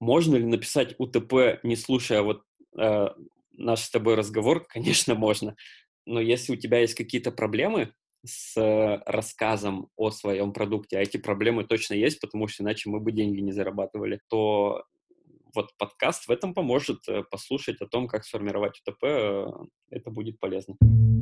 Можно ли написать УТП, не слушая наш с тобой разговор? Конечно, можно. Но если у тебя есть какие-то проблемы с рассказом о своем продукте, а эти проблемы точно есть, потому что иначе мы бы деньги не зарабатывали, то вот подкаст в этом поможет. Послушать о том, как сформировать УТП, это будет полезно.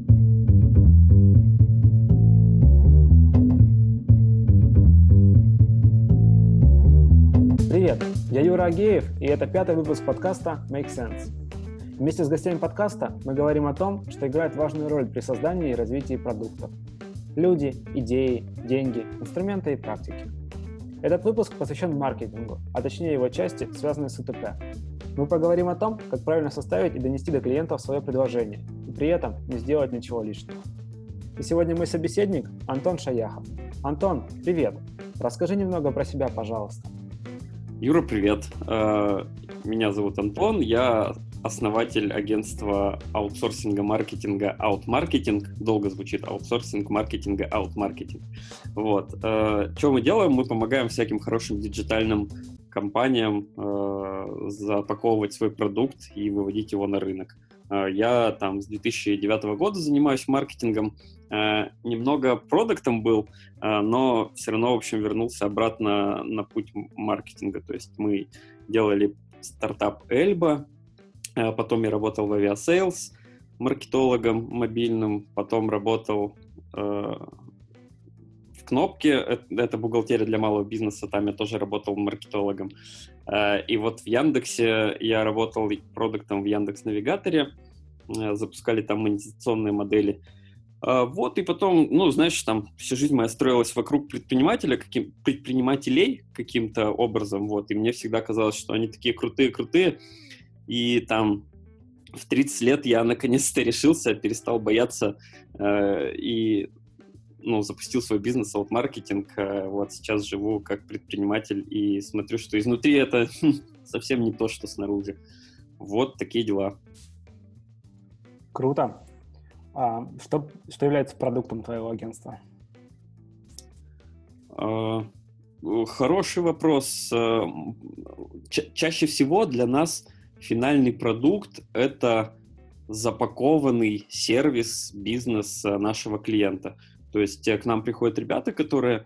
Привет, я Юра Агеев, и это 5-й выпуск подкаста Make Sense. Вместе с гостями подкаста мы говорим о том, что играет важную роль при создании и развитии продуктов. Люди, идеи, деньги, инструменты и практики. Этот выпуск посвящен маркетингу, а точнее его части, связанной с УТП. Мы поговорим о том, как правильно составить и донести до клиентов свое предложение, и при этом не сделать ничего лишнего. И сегодня мой собеседник Антон Шаяхов. Антон, привет! Расскажи немного про себя, пожалуйста. Юра, привет. Меня зовут Антон, я основатель агентства аутсорсинга маркетинга OutMarketing. Долго звучит аутсорсинг маркетинга OutMarketing. Вот. Что мы делаем? Мы помогаем всяким хорошим диджитальным компаниям запаковывать свой продукт и выводить его на рынок. Я там с 2009 года занимаюсь маркетингом. Немного продуктом был, но все равно, в общем, вернулся обратно на путь маркетинга. То есть мы делали стартап Эльба, потом я работал в авиасейлс маркетологом мобильным, потом работал в Кнопке, это бухгалтерия для малого бизнеса, там я тоже работал маркетологом. И вот в Яндексе я работал продуктом в Яндекс.Навигаторе, запускали там монетизационные модели. Вот, и потом, знаешь, там всю жизнь моя строилась вокруг предпринимателей каким-то образом, вот, и мне всегда казалось, что они такие крутые, и там в 30 лет я наконец-то решился, перестал бояться и запустил свой бизнес, маркетинг. Вот сейчас живу как предприниматель и смотрю, что изнутри это совсем не то, что снаружи. Вот такие дела. Круто. Что является продуктом твоего агентства? Хороший вопрос. Чаще всего для нас финальный продукт — это запакованный сервис, бизнес нашего клиента. То есть к нам приходят ребята, которые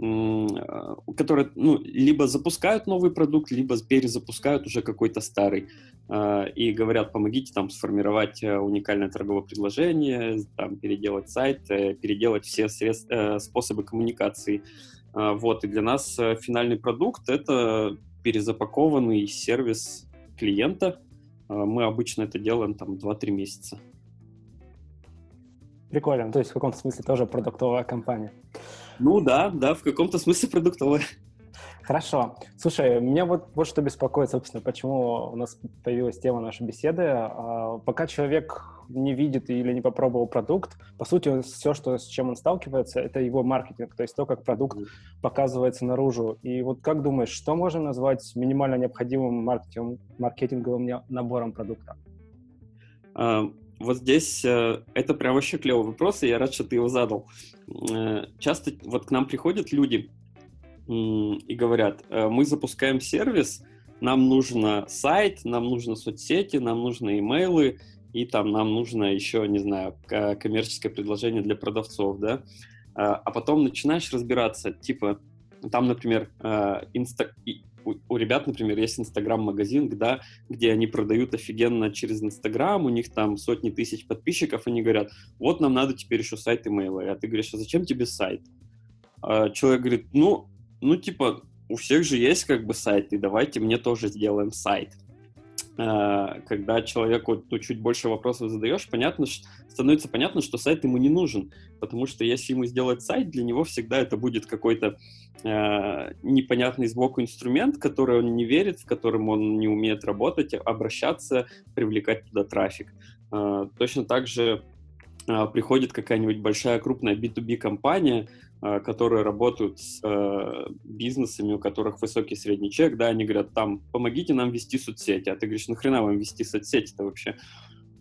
либо запускают новый продукт, либо перезапускают уже какой-то старый. И говорят, помогите там сформировать уникальное торговое предложение, там, переделать сайт, переделать все способы коммуникации. Вот. И для нас финальный продукт — это перезапакованный сервис клиента. Мы обычно это делаем там 2-3 месяца. Прикольно, то есть в каком-то смысле тоже продуктовая компания. Да, в каком-то смысле продуктовая. Хорошо. Слушай, меня вот что беспокоит, собственно, почему у нас появилась тема нашей беседы. Пока человек не видит или не попробовал продукт, по сути, все, с чем он сталкивается, это его маркетинг, то есть то, как продукт показывается наружу. И вот как думаешь, что можно назвать минимально необходимым маркетинговым набором продукта? Вот здесь это прям вообще клевый вопрос, и я рад, что ты его задал. Часто вот к нам приходят люди и говорят, мы запускаем сервис, нам нужно сайт, нам нужно соцсети, нам нужны имейлы, и там нам нужно еще, не знаю, коммерческое предложение для продавцов, да? А потом начинаешь разбираться, типа, там, например, у ребят, например, есть Инстаграм-магазин, да, где они продают офигенно через Инстаграм, у них там сотни тысяч подписчиков, они говорят, вот нам надо теперь еще сайт имейла. А ты говоришь, а зачем тебе сайт? Человек говорит, типа, у всех же есть как бы сайт, и давайте мне тоже сделаем сайт. Когда человеку чуть больше вопросов задаешь, становится понятно, что сайт ему не нужен, потому что если ему сделать сайт, для него всегда это будет какой-то непонятный сбоку инструмент, в который он не верит, в котором он не умеет работать, обращаться, привлекать туда трафик. Точно так же приходит какая-нибудь большая крупная B2B компания, которые работают с бизнесами, у которых высокий средний чек, да, они говорят, там, помогите нам вести соцсети, а ты говоришь, нахрена вам вести соцсети-то вообще?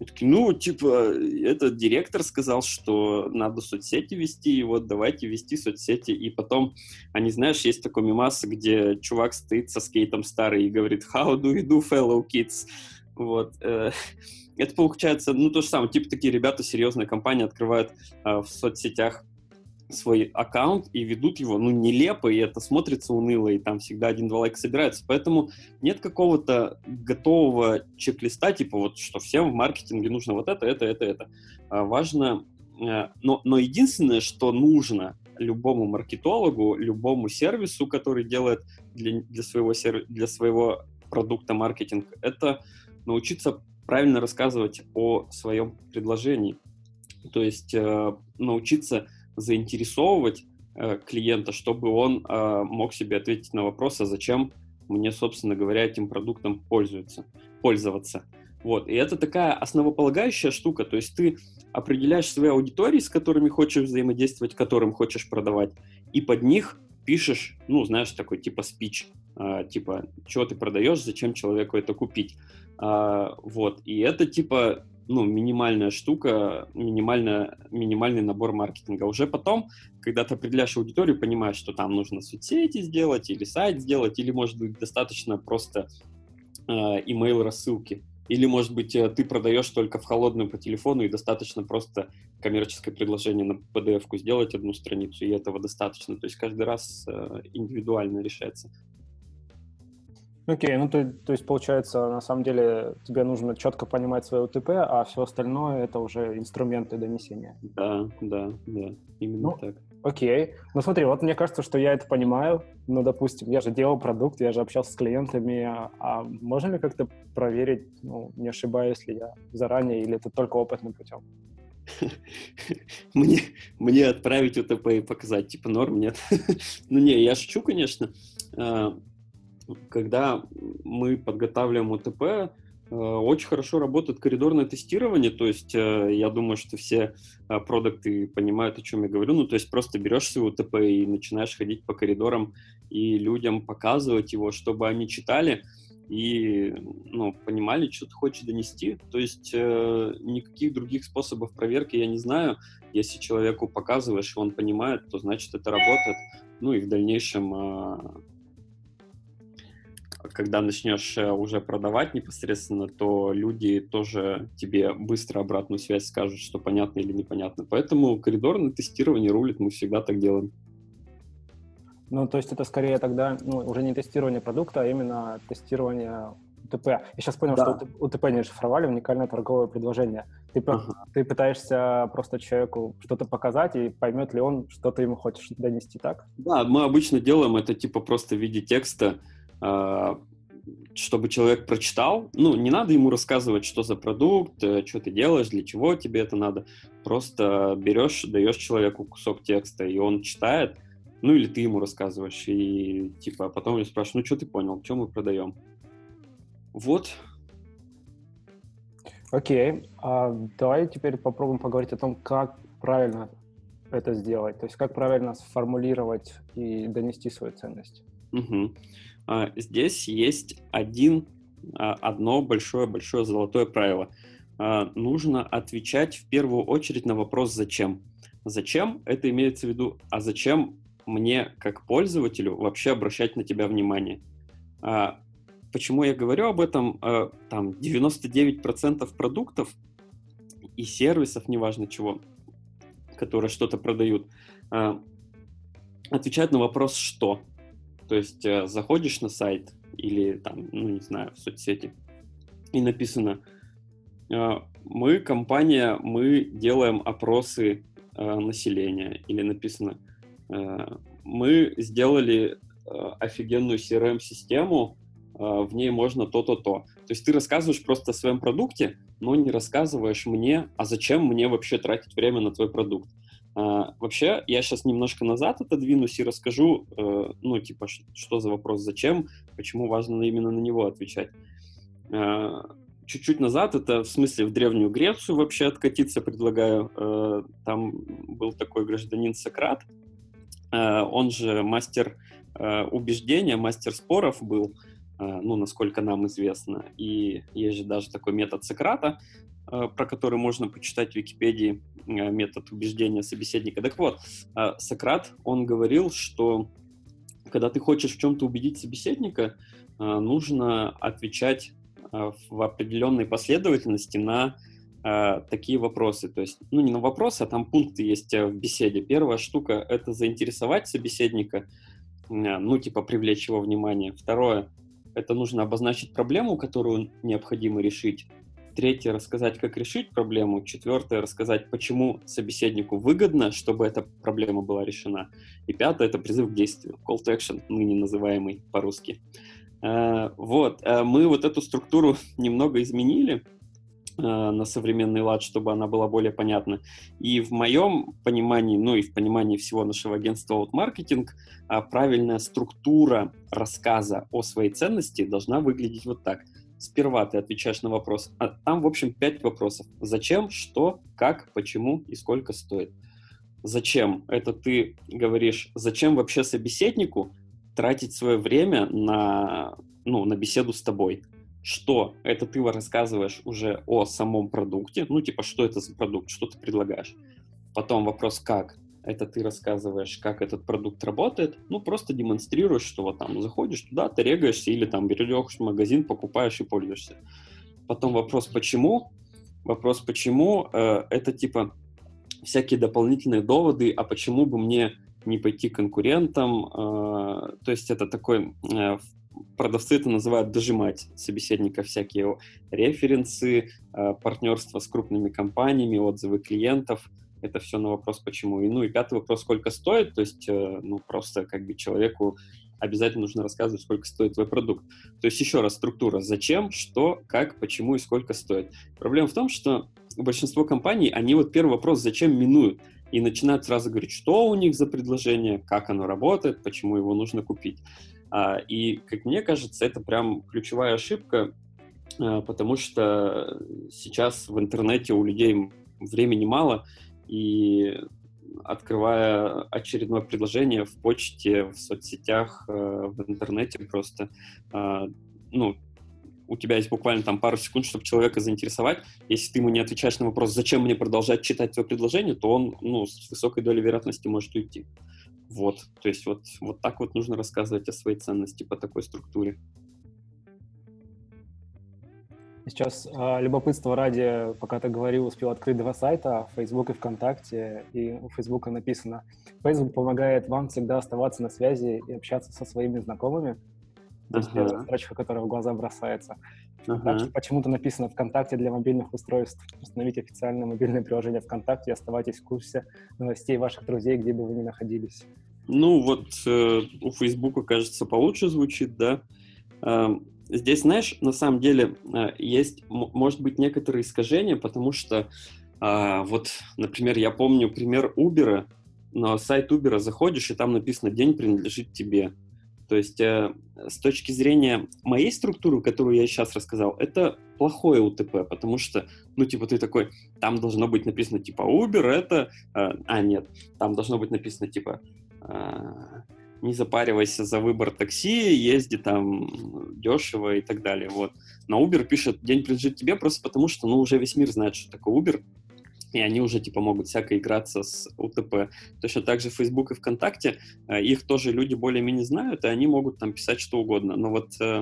И такие, ну, типа, этот директор сказал, что надо соцсети вести, и вот давайте вести соцсети. И потом, они, знаешь, есть такой мемас, где чувак стоит со скейтом старый и говорит «How do you do, fellow kids?» Вот. Это получается, ну, то же самое. Типа такие ребята, серьезные компании открывают в соцсетях свой аккаунт и ведут его, ну, нелепо, и это смотрится уныло, и там всегда 1-2 лайка собирается. Поэтому нет какого-то готового чек-листа, типа вот, что всем в маркетинге нужно вот это. Важно, но единственное, что нужно любому маркетологу, любому сервису, который делает для своего продукта маркетинг, это научиться правильно рассказывать о своем предложении. То есть научиться заинтересовывать клиента, чтобы он мог себе ответить на вопрос, а зачем мне, собственно говоря, этим продуктом пользоваться. Вот. И это такая основополагающая штука, то есть ты определяешь свои аудитории, с которыми хочешь взаимодействовать, которым хочешь продавать, и под них пишешь, ну, знаешь, такой типа спич, типа, что ты продаешь, зачем человеку это купить. Вот. И это типа ну, минимальная штука, минимальный набор маркетинга. Уже потом, когда ты определяешь аудиторию, понимаешь, что там нужно соцсети сделать, или сайт сделать, или, может быть, достаточно просто email-рассылки. Или, может быть, ты продаешь только в холодную по телефону, и достаточно просто коммерческое предложение на PDF-ку сделать одну страницу, и этого достаточно. То есть каждый раз индивидуально решается. Окей, ну то есть получается, на самом деле тебе нужно четко понимать свое УТП, а все остальное это уже инструменты донесения. Да, именно так. Окей, ну смотри, вот мне кажется, что я это понимаю, ну, допустим, я же делал продукт, я же общался с клиентами, а можно ли как-то проверить, ну, не ошибаюсь ли я заранее, или это только опытным путем? Мне отправить УТП и показать, типа, норм, нет? Ну не, я шучу, конечно. Когда мы подготавливаем УТП, очень хорошо работает коридорное тестирование, то есть я думаю, что все продукты понимают, о чем я говорю, ну то есть просто берешь свой УТП и начинаешь ходить по коридорам и людям показывать его, чтобы они читали и ну, понимали, что ты хочешь донести, то есть никаких других способов проверки я не знаю, если человеку показываешь, и он понимает, то значит это работает, ну и в дальнейшем когда начнешь уже продавать непосредственно, то люди тоже тебе быстро обратную связь скажут, что понятно или непонятно. Поэтому коридорное тестирование рулит, мы всегда так делаем. Ну, то есть это скорее тогда уже не тестирование продукта, а именно тестирование УТП. Я сейчас понял, Да. что УТП не шифровали, уникальное торговое предложение. Ты пытаешься просто человеку что-то показать, и поймет ли он, что ты ему хочешь донести, так? Да, мы обычно делаем это типа просто в виде текста, чтобы человек прочитал. Ну, не надо ему рассказывать, что за продукт, что ты делаешь, для чего тебе это надо. Просто берешь, даешь человеку кусок текста, и он читает, ну, или ты ему рассказываешь, и типа потом я спрашиваю, ну, что ты понял, что мы продаем? Вот. Окей. Давай теперь попробуем поговорить о том, как правильно это сделать. То есть как правильно сформулировать и донести свою ценность. Угу. Здесь есть одно большое золотое правило. Нужно отвечать в первую очередь на вопрос «зачем?». Зачем? Это имеется в виду, а зачем мне, как пользователю, вообще обращать на тебя внимание? Почему я говорю об этом? Там 99% продуктов и сервисов, неважно чего, которые что-то продают, отвечают на вопрос «что?». То есть заходишь на сайт или там, ну не знаю, в соцсети, и написано: мы компания, мы делаем опросы населения. Или написано: мы сделали офигенную CRM-систему, в ней можно то-то-то. То есть ты рассказываешь просто о своем продукте, но не рассказываешь мне, а зачем мне вообще тратить время на твой продукт. Вообще, я сейчас немножко назад отодвинусь и расскажу, ну, типа, что за вопрос, зачем, почему важно именно на него отвечать. Чуть-чуть назад, это в смысле в Древнюю Грецию вообще откатиться предлагаю. Там был такой гражданин Сократ, он же мастер убеждения, мастер споров был, ну, насколько нам известно. И есть же даже такой метод Сократа. про который можно почитать в Википедии, метод убеждения собеседника. Так вот, Сократ, он говорил, что когда ты хочешь в чем-то убедить собеседника, нужно отвечать в определенной последовательности на такие вопросы. То есть, не на вопросы, а там пункты есть в беседе. Первая штука — это заинтересовать собеседника, привлечь его внимание. Второе — это нужно обозначить проблему, которую необходимо решить. Третье — рассказать, как решить проблему. Четвертое — рассказать, почему собеседнику выгодно, чтобы эта проблема была решена. И пятое — это призыв к действию. Call to action, ныне называемый по-русски. Мы вот эту структуру немного изменили на современный лад, чтобы она была более понятна. И в моем понимании, и в понимании всего нашего агентства OutMarketing, правильная структура рассказа о своей ценности должна выглядеть вот так. Сперва ты отвечаешь на вопрос, там, в общем, 5 вопросов. Зачем, что, как, почему и сколько стоит. Зачем? Это ты говоришь, зачем вообще собеседнику тратить свое время на беседу с тобой. Что? Это ты рассказываешь уже о самом продукте, что это за продукт, что ты предлагаешь. Потом вопрос «как?» Это ты рассказываешь, как этот продукт работает, просто демонстрируешь, что вот там заходишь туда, ты регаешься или там берешь в магазин, покупаешь и пользуешься. Потом вопрос «почему?» Вопрос «почему?» это типа всякие дополнительные доводы, а почему бы мне не пойти к конкурентам, то есть это такой, продавцы это называют дожимать собеседника, всякие референсы, партнерство с крупными компаниями, отзывы клиентов, это все на вопрос почему. И пятый вопрос, сколько стоит, то есть просто человеку обязательно нужно рассказывать, сколько стоит твой продукт. То есть еще раз структура: зачем, что, как, почему и сколько стоит. Проблема в том, что большинство компаний, они первый вопрос «зачем» минуют и начинают сразу говорить, что у них за предложение, как оно работает, почему его нужно купить. И, как мне кажется, это прям ключевая ошибка, потому что сейчас в интернете у людей времени мало, и открывая очередное предложение в почте, в соцсетях, в интернете просто, у тебя есть буквально там пару секунд, чтобы человека заинтересовать. Если ты ему не отвечаешь на вопрос, зачем мне продолжать читать твое предложение, то он, с высокой долей вероятности может уйти. То есть вот так вот нужно рассказывать о своей ценности по такой структуре. Сейчас любопытство ради, пока ты говорил, успел открыть 2 сайта, Facebook и ВКонтакте, и у Facebook написано: Facebook помогает вам всегда оставаться на связи и общаться со своими знакомыми. То есть первая строчка, которая в глаза бросается. ВКонтакте почему-то написано «ВКонтакте для мобильных устройств». Установите официальное мобильное приложение ВКонтакте и оставайтесь в курсе новостей ваших друзей, где бы вы ни находились. У Фейсбука, кажется, получше звучит, да. Здесь, знаешь, на самом деле есть, может быть, некоторые искажения, потому что, например, я помню пример Uber. На сайт Uber заходишь, и там написано «День принадлежит тебе». То есть с точки зрения моей структуры, которую я сейчас рассказал, это плохое УТП, потому что, ты такой, там должно быть написано, Uber это... нет, там должно быть написано, не запаривайся за выбор такси, езди там дешево и так далее, На Uber пишет «День принадлежит тебе» просто потому, что, уже весь мир знает, что такое Uber, и они уже, могут всяко играться с УТП. Точно так же Facebook и ВКонтакте, их тоже люди более-менее знают, и они могут там писать что угодно. Но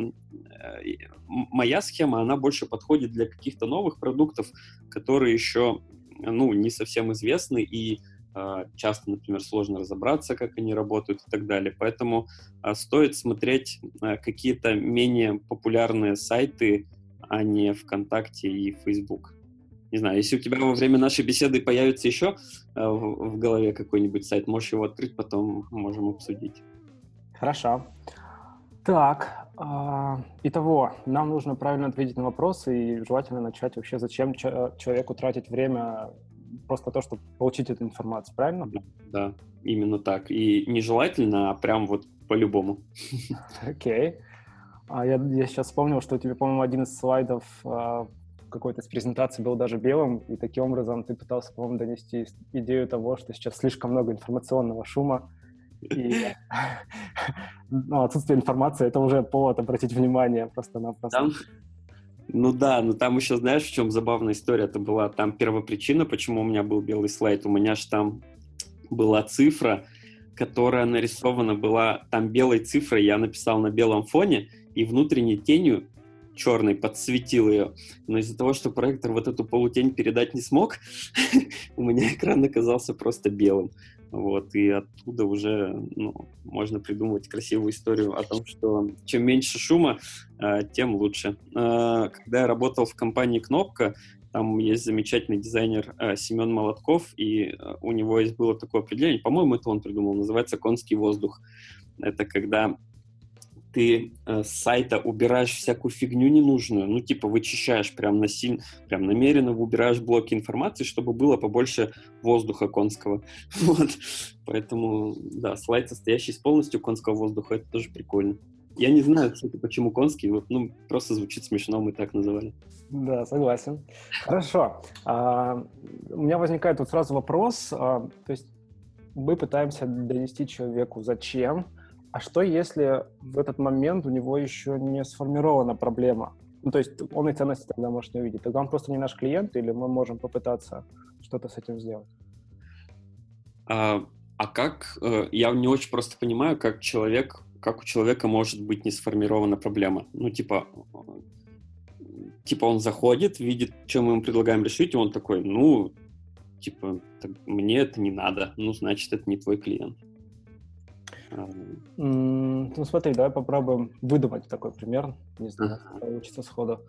моя схема, она больше подходит для каких-то новых продуктов, которые еще, не совсем известны, и часто, например, сложно разобраться, как они работают и так далее. Поэтому стоит смотреть какие-то менее популярные сайты, а не ВКонтакте и Facebook. Не знаю, если у тебя во время нашей беседы появится еще в голове какой-нибудь сайт, можешь его открыть, потом можем обсудить. Хорошо. Так, итого, нам нужно правильно ответить на вопросы и желательно начать вообще, зачем человеку тратить время просто на то, чтобы получить эту информацию, правильно? Да, именно так. И не желательно, а прям по-любому. Окей. Я сейчас вспомнил, что у тебя, по-моему, один из слайдов какой-то из презентаций был даже белым, и таким образом ты пытался, по-моему, донести идею того, что сейчас слишком много информационного шума, и отсутствие информации — это уже повод обратить внимание просто-напросто. Ну да, но там еще знаешь, в чем забавная история-то была? Там первопричина, почему у меня был белый слайд. У меня же там была цифра, которая нарисована была там белой цифрой, я написал на белом фоне и внутренней тенью черной подсветил ее. Но из-за того, что проектор вот эту полутень передать не смог, у меня экран оказался просто белым. Вот, и оттуда уже можно придумывать красивую историю о том, что чем меньше шума, тем лучше. Когда я работал в компании «Кнопка», там есть замечательный дизайнер Семен Молотков, и у него было такое определение, по-моему, это он придумал, называется «конский воздух». Это когда ты с сайта убираешь всякую фигню ненужную, ну, типа вычищаешь прям намеренно убираешь блоки информации, чтобы было побольше воздуха конского. Вот. Поэтому, да, слайд, состоящий из полностью конского воздуха, это тоже прикольно. Я не знаю, кстати, почему конский, вот, просто звучит смешно, мы так называли. Да, согласен. Хорошо. У меня возникает вот сразу вопрос, то есть мы пытаемся донести человеку зачем, а что, если в этот момент у него еще не сформирована проблема? Ну, то есть он и ценности тогда может не увидеть. Тогда он просто не наш клиент, или мы можем попытаться что-то с этим сделать? Как? Я не очень просто понимаю, как у человека может быть не сформирована проблема. Ну, типа он заходит, видит, что мы ему предлагаем решить, и он такой, мне это не надо, значит, это не твой клиент. Ну, смотри, давай попробуем выдумать такой пример. Не знаю, получится сходу.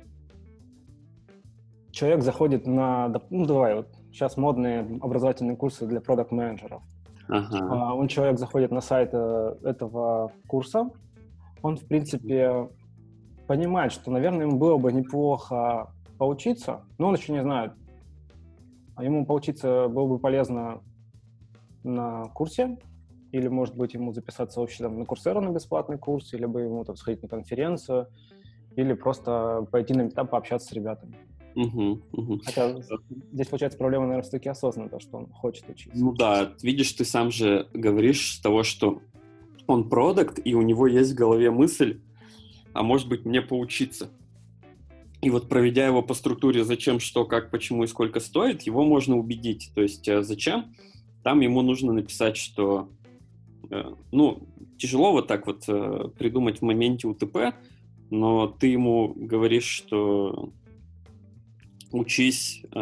Человек заходит сейчас модные образовательные курсы для продакт-менеджеров. Человек заходит на сайт этого курса, он, в принципе, понимает, что, наверное, ему было бы неплохо поучиться, но он еще не знает. Ему поучиться было бы полезно на курсе, или, может быть, ему записаться вообще на Coursera на бесплатный курс, или бы ему сходить на конференцию, или просто пойти на метап пообщаться с ребятами. Хотя здесь, получается, проблема, наверное, все-таки осознанно, что он хочет учиться. Ну да, видишь, ты сам же говоришь с того, что он продакт, и у него есть в голове мысль, а может быть, мне поучиться. И вот проведя его по структуре «зачем», «что», «как», «почему» и «сколько стоит», его можно убедить. То есть «зачем», там ему нужно написать, что тяжело вот так вот придумать в моменте УТП, но ты ему говоришь, что учись,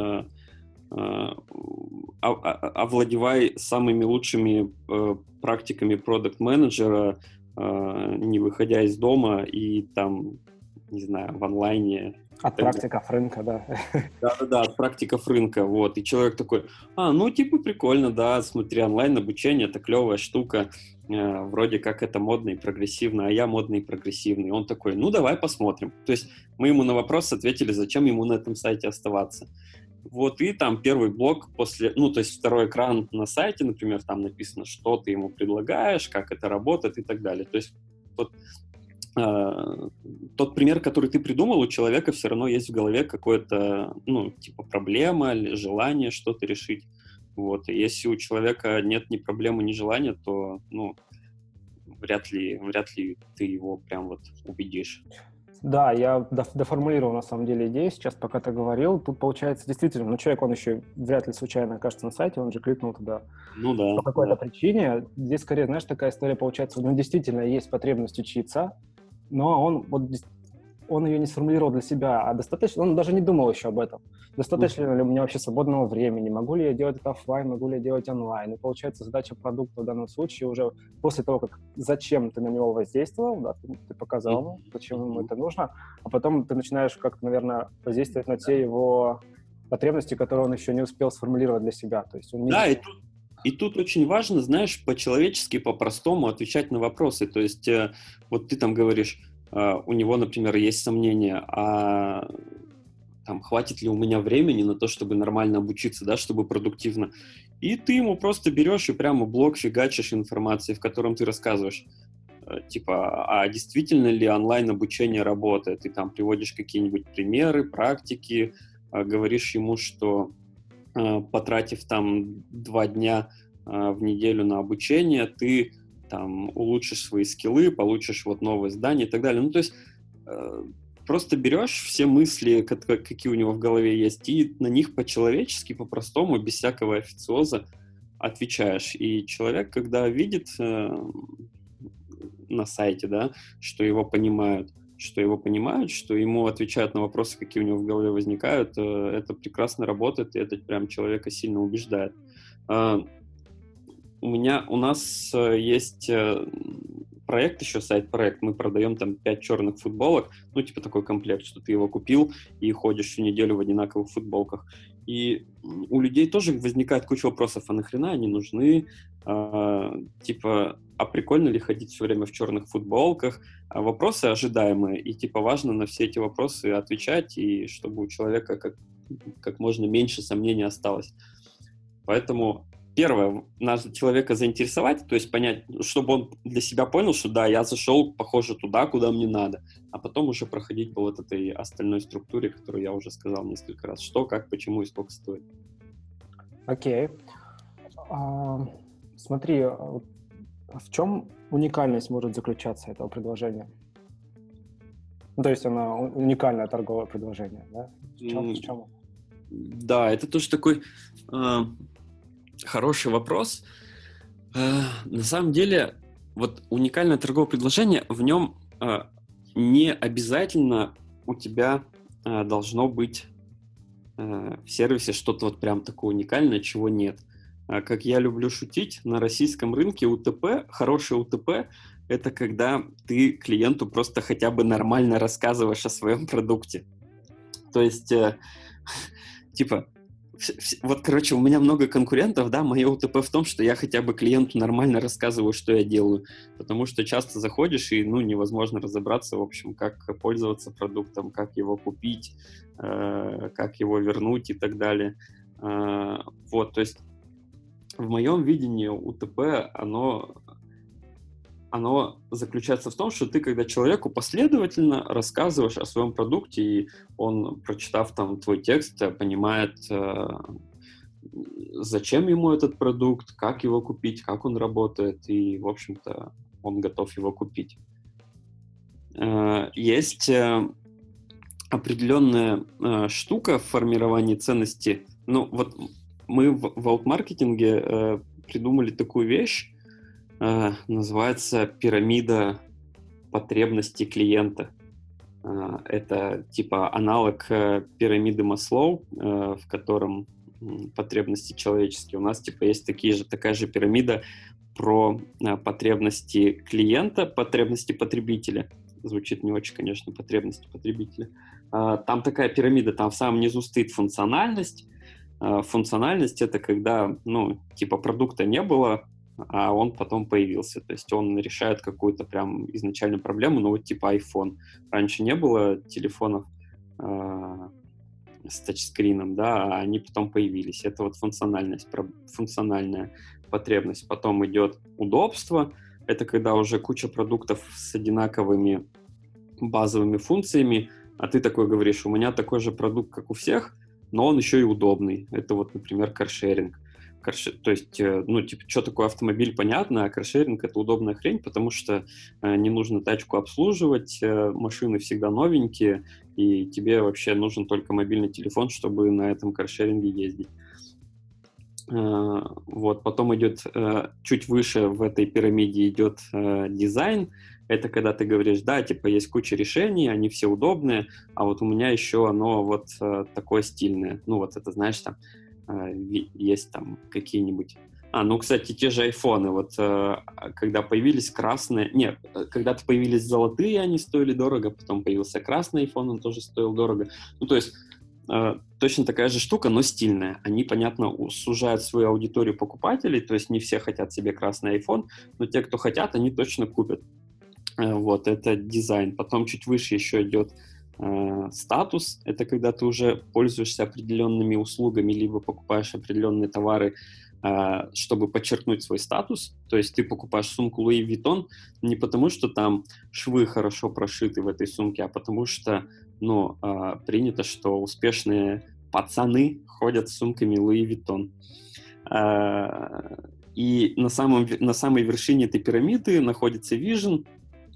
овладевай самыми лучшими практиками продакт-менеджера, не выходя из дома и там, не знаю, в онлайне. От практиков рынка, да. Да, от практиков рынка, вот. И человек такой, прикольно, да, смотри, онлайн-обучение, это клевая штука, вроде как это модно и прогрессивно, а я модный и прогрессивный. Он такой, давай посмотрим. То есть мы ему на вопрос ответили, зачем ему на этом сайте оставаться. Вот, и там первый блок то есть второй экран на сайте, например, там написано, что ты ему предлагаешь, как это работает и так далее. То есть тот пример, который ты придумал, у человека все равно есть в голове какое-то, проблема или желание что-то решить. Вот. И если у человека нет ни проблемы, ни желания, то, вряд ли ты его прям вот убедишь. Да, я доформулировал, на самом деле, идею сейчас, пока ты говорил. Тут, получается, действительно, человек, он еще вряд ли случайно окажется на сайте, он же кликнул туда по какой-то причине. Здесь, скорее, знаешь, такая история получается, действительно есть потребность учиться, но он ее не сформулировал для себя, а достаточно, он даже не думал еще об этом. Достаточно ли у меня вообще свободного времени? Могу ли я делать это офлайн, могу ли я делать онлайн? И получается, задача продукта в данном случае уже после того, как зачем ты на него воздействовал, да, ты показал ему, зачем ему это нужно, а потом ты начинаешь как-то, наверное, воздействовать на те его потребности, которые он еще не успел сформулировать для себя. То есть он не... Да, и тут очень важно, знаешь, по-человечески, по-простому отвечать на вопросы. То есть вот ты там говоришь, у него, например, есть сомнения, хватит ли у меня времени на то, чтобы нормально обучиться, да, чтобы продуктивно. И ты ему просто берешь и прямо блок фигачишь информации, в котором ты рассказываешь, а действительно ли онлайн-обучение работает? Ты там приводишь какие-нибудь примеры, практики, говоришь ему, что потратив там 2 дня в неделю на обучение, ты там улучшишь свои скиллы, получишь вот новое здание и так далее. То есть просто берешь все мысли, какие у него в голове есть, и на них по-человечески, по-простому, без всякого официоза отвечаешь. И человек, когда видит на сайте, да, что его понимают, что ему отвечают на вопросы, какие у него в голове возникают, это прекрасно работает, и это прям человека сильно убеждает. У нас есть проект еще, сайт-проект, мы продаем там 5 черных футболок, ну, типа такой комплект, что ты его купил и ходишь всю неделю в одинаковых футболках. И у людей тоже возникает куча вопросов, а нахрена они нужны? Типа, а прикольно ли ходить все время в черных футболках? А вопросы ожидаемые, и типа важно на все эти вопросы отвечать, и чтобы у человека как можно меньше сомнений осталось. Поэтому первое, надо человека заинтересовать, то есть понять, чтобы он для себя понял, что да, я зашел, похоже, туда, куда мне надо, а потом уже проходить по вот этой остальной структуре, которую я уже сказал несколько раз. Что, как, почему и сколько стоит. Окей. Смотри, в чем уникальность может заключаться этого предложения? Ну, то есть оно уникальное торговое предложение, да? В чем? Да, это тоже такой хороший вопрос. На самом деле, вот уникальное торговое предложение, в нем не обязательно у тебя должно быть в сервисе что-то вот прям такое уникальное, чего нет. Как я люблю шутить, на российском рынке УТП, хорошее УТП, это когда ты клиенту просто хотя бы нормально рассказываешь о своем продукте. То есть, типа, вот, короче, у меня много конкурентов, да, мое УТП в том, что я хотя бы клиенту нормально рассказываю, что я делаю, потому что часто заходишь и, невозможно разобраться, в общем, как пользоваться продуктом, как его купить, как его вернуть и так далее. Вот, то есть в моем видении УТП, оно заключается в том, что ты, когда человеку последовательно рассказываешь о своем продукте, и он, прочитав там твой текст, понимает, зачем ему этот продукт, как его купить, как он работает, и, в общем-то, он готов его купить. Есть определенная штука в формировании ценности. Вот мы в аутмаркетинге придумали такую вещь, называется пирамида потребностей клиента. Это типа аналог пирамиды Маслоу, в котором потребности человеческие. У нас типа есть такая же пирамида про потребности клиента, потребности потребителя. Звучит не очень, конечно, потребности потребителя. Там такая пирамида, там в самом низу стоит функциональность. Функциональность — это когда, типа продукта не было, а он потом появился. То есть он решает какую-то прям изначальную проблему, вот типа iPhone. Раньше не было телефонов с тачскрином, да, а они потом появились. Это вот функциональная потребность. Потом идет удобство. Это когда уже куча продуктов с одинаковыми базовыми функциями, а ты такой говоришь, у меня такой же продукт, как у всех, но он еще и удобный. Это вот, например, каршеринг. То есть, что такое автомобиль, понятно, а каршеринг — это удобная хрень, потому что не нужно тачку обслуживать, машины всегда новенькие, и тебе вообще нужен только мобильный телефон, чтобы на этом каршеринге ездить. Вот, потом идет чуть выше в этой пирамиде идет дизайн. Это когда ты говоришь, да, типа есть куча решений, они все удобные, а вот у меня еще оно вот такое стильное. Вот это, знаешь, там есть там какие-нибудь... кстати, те же айфоны, вот когда появились красные... Нет, когда-то появились золотые, они стоили дорого, потом появился красный iPhone, он тоже стоил дорого. То есть точно такая же штука, но стильная. Они, понятно, сужают свою аудиторию покупателей, то есть не все хотят себе красный iPhone, но те, кто хотят, они точно купят. Вот, это дизайн. Потом чуть выше еще идет статус. Это когда ты уже пользуешься определенными услугами, либо покупаешь определенные товары, чтобы подчеркнуть свой статус. То есть ты покупаешь сумку Louis Vuitton не потому, что там швы хорошо прошиты в этой сумке, а потому что принято, что успешные пацаны ходят с сумками Louis Vuitton. И на самой вершине этой пирамиды находится Vision.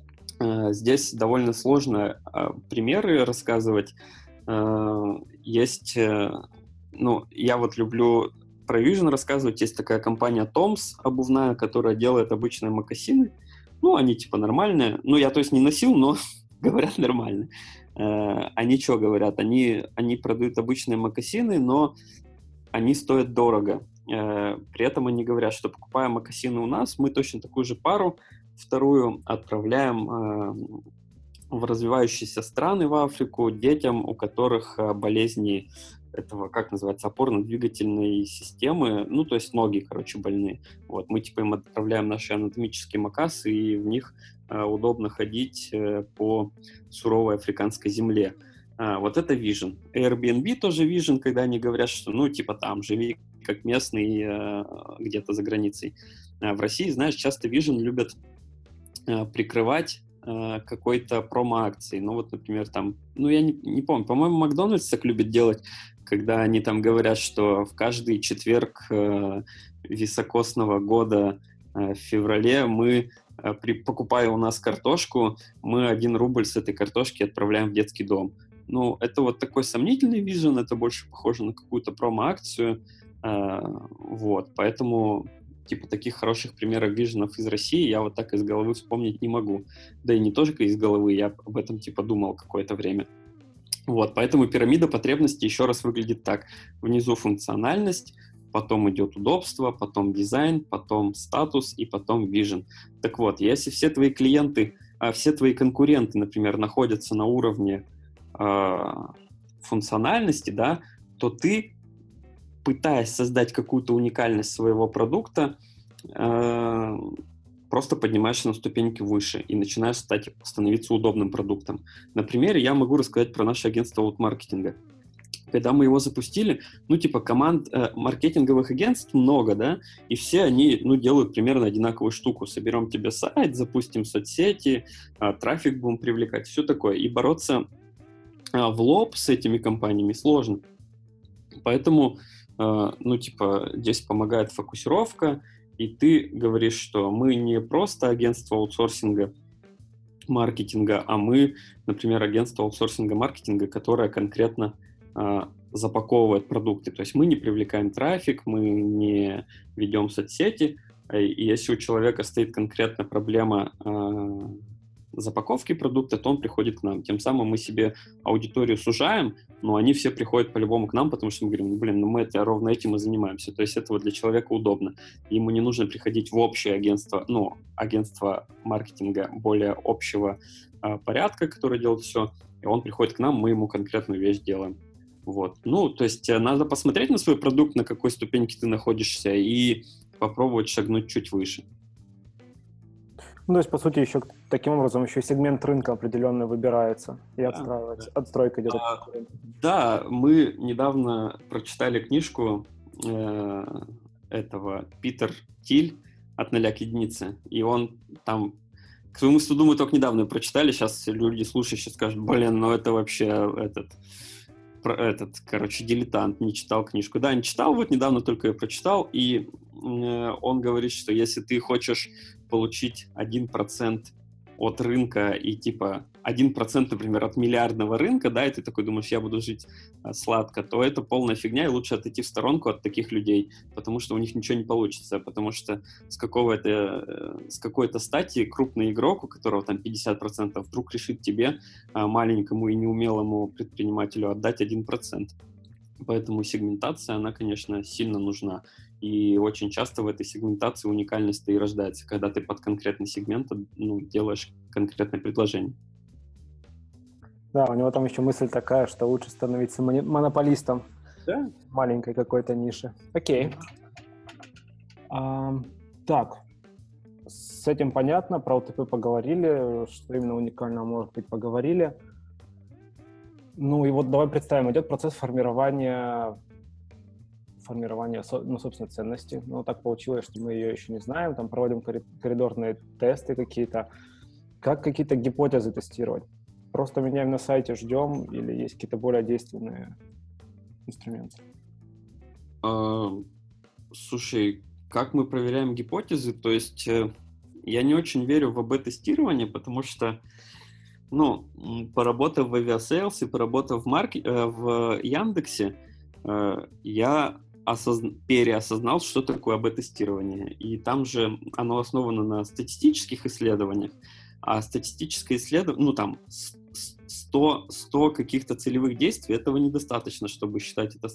Здесь довольно сложно примеры рассказывать. Есть, ну, я вот люблю про Vision рассказывать. Есть такая компания Toms обувная, которая делает обычные мокасины. Ну, они типа нормальные. Ну, я, то есть, не носил, но говорят нормально. Они что говорят? Они продают обычные мокасины, но они стоят дорого. При этом они говорят, что покупая мокасины у нас, мы точно такую же пару, вторую, отправляем в развивающиеся страны в Африку детям, у которых болезни этого, как называется, опорно-двигательной системы, ну, то есть ноги, короче, больные. Вот, мы, типа, им отправляем наши анатомические мокасы, и в них удобно ходить по суровой африканской земле. Вот это Vision. Airbnb тоже Vision, когда они говорят, что, ну, типа, там, живи как местный где-то за границей. В России, знаешь, часто Vision любят прикрывать какой-то промо-акции. Ну, вот, например, там, ну, я не помню, по-моему, Макдональдс так любит делать, когда они там говорят, что в каждый четверг високосного года в феврале мы, покупая у нас картошку, мы 1 рубль с этой картошки отправляем в детский дом. Ну, это вот такой сомнительный Vision, это больше похоже на какую-то промо-акцию. Вот, поэтому типа таких хороших примеров виженов из России я вот так из головы вспомнить не могу. Да и не только из головы, я об этом типа думал какое-то время. Вот, поэтому пирамида потребностей еще раз выглядит так. Внизу функциональность, потом идет удобство, потом дизайн, потом статус и потом vision. Так вот, если все твои клиенты, все твои конкуренты, например, находятся на уровне функциональности, да, то ты, пытаясь создать какую-то уникальность своего продукта, просто поднимаешься на ступеньки выше и начинаешь становиться удобным продуктом. На примере я могу рассказать про наше агентство аутмаркетинга. Когда мы его запустили, ну, типа, команд маркетинговых агентств много, да, и все они, ну, делают примерно одинаковую штуку. Соберем тебе сайт, запустим соцсети, трафик будем привлекать, все такое. И бороться в лоб с этими компаниями сложно. Поэтому ну, типа, здесь помогает фокусировка, и ты говоришь, что мы не просто агентство аутсорсинга маркетинга, а мы, например, агентство аутсорсинга маркетинга, которое конкретно запаковывает продукты. То есть мы не привлекаем трафик, мы не ведем соцсети, и если у человека стоит конкретная проблема запаковки продукта, то он приходит к нам. Тем самым мы себе аудиторию сужаем, но они все приходят по-любому к нам, потому что мы говорим, ну, блин, ну мы ровно этим и занимаемся. То есть это вот для человека удобно. Ему не нужно приходить в общее агентство, ну, агентство маркетинга более общего порядка, которое делает все, и он приходит к нам, мы ему конкретную вещь делаем. Вот. Ну, то есть надо посмотреть на свой продукт, на какой ступеньке ты находишься, и попробовать шагнуть чуть выше. Ну, то есть, по сути, еще таким образом еще сегмент рынка определенно выбирается и отстраивается. Отстройка идет. Да, мы недавно прочитали книжку этого Питер Тиль «От 0 к 1», и он там, к своему стыду, мы только недавно прочитали, сейчас люди слушающие скажут, блин, ну это вообще короче, дилетант, не читал книжку. Да, не читал, вот недавно только ее прочитал, и он говорит, что если ты хочешь получить 1% от рынка и типа 1%, например, от миллиардного рынка, да, и ты такой думаешь, я буду жить сладко, то это полная фигня, и лучше отойти в сторонку от таких людей, потому что у них ничего не получится, потому что с какой-то стати крупный игрок, у которого там 50%, вдруг решит тебе, маленькому и неумелому предпринимателю, отдать 1%. Поэтому сегментация, она, конечно, сильно нужна. И очень часто в этой сегментации уникальность и рождается, когда ты под конкретный сегмент делаешь конкретное предложение. Да, у него там еще мысль такая, что лучше становиться монополистом, да? Маленькой какой-то ниши. Окей. Так, с этим понятно, про ОТП поговорили, что именно уникального может быть, поговорили. Ну и вот давай представим, идет процесс формирования, собственно, ценности. Ну, так получилось, что мы ее еще не знаем, там проводим коридорные тесты какие-то. Как какие-то гипотезы тестировать? Просто меняем на сайте, ждем, или есть какие-то более действенные инструменты? Слушай, как мы проверяем гипотезы? То есть я не очень верю в АБ-тестирование, потому что, ну, поработав в авиасейлс и поработав в Яндексе, я переосознал, что такое АБ-тестирование. И там же оно основано на статистических исследованиях, а статистическое исследование, ну, там 100 каких-то целевых действий, этого недостаточно, чтобы считать это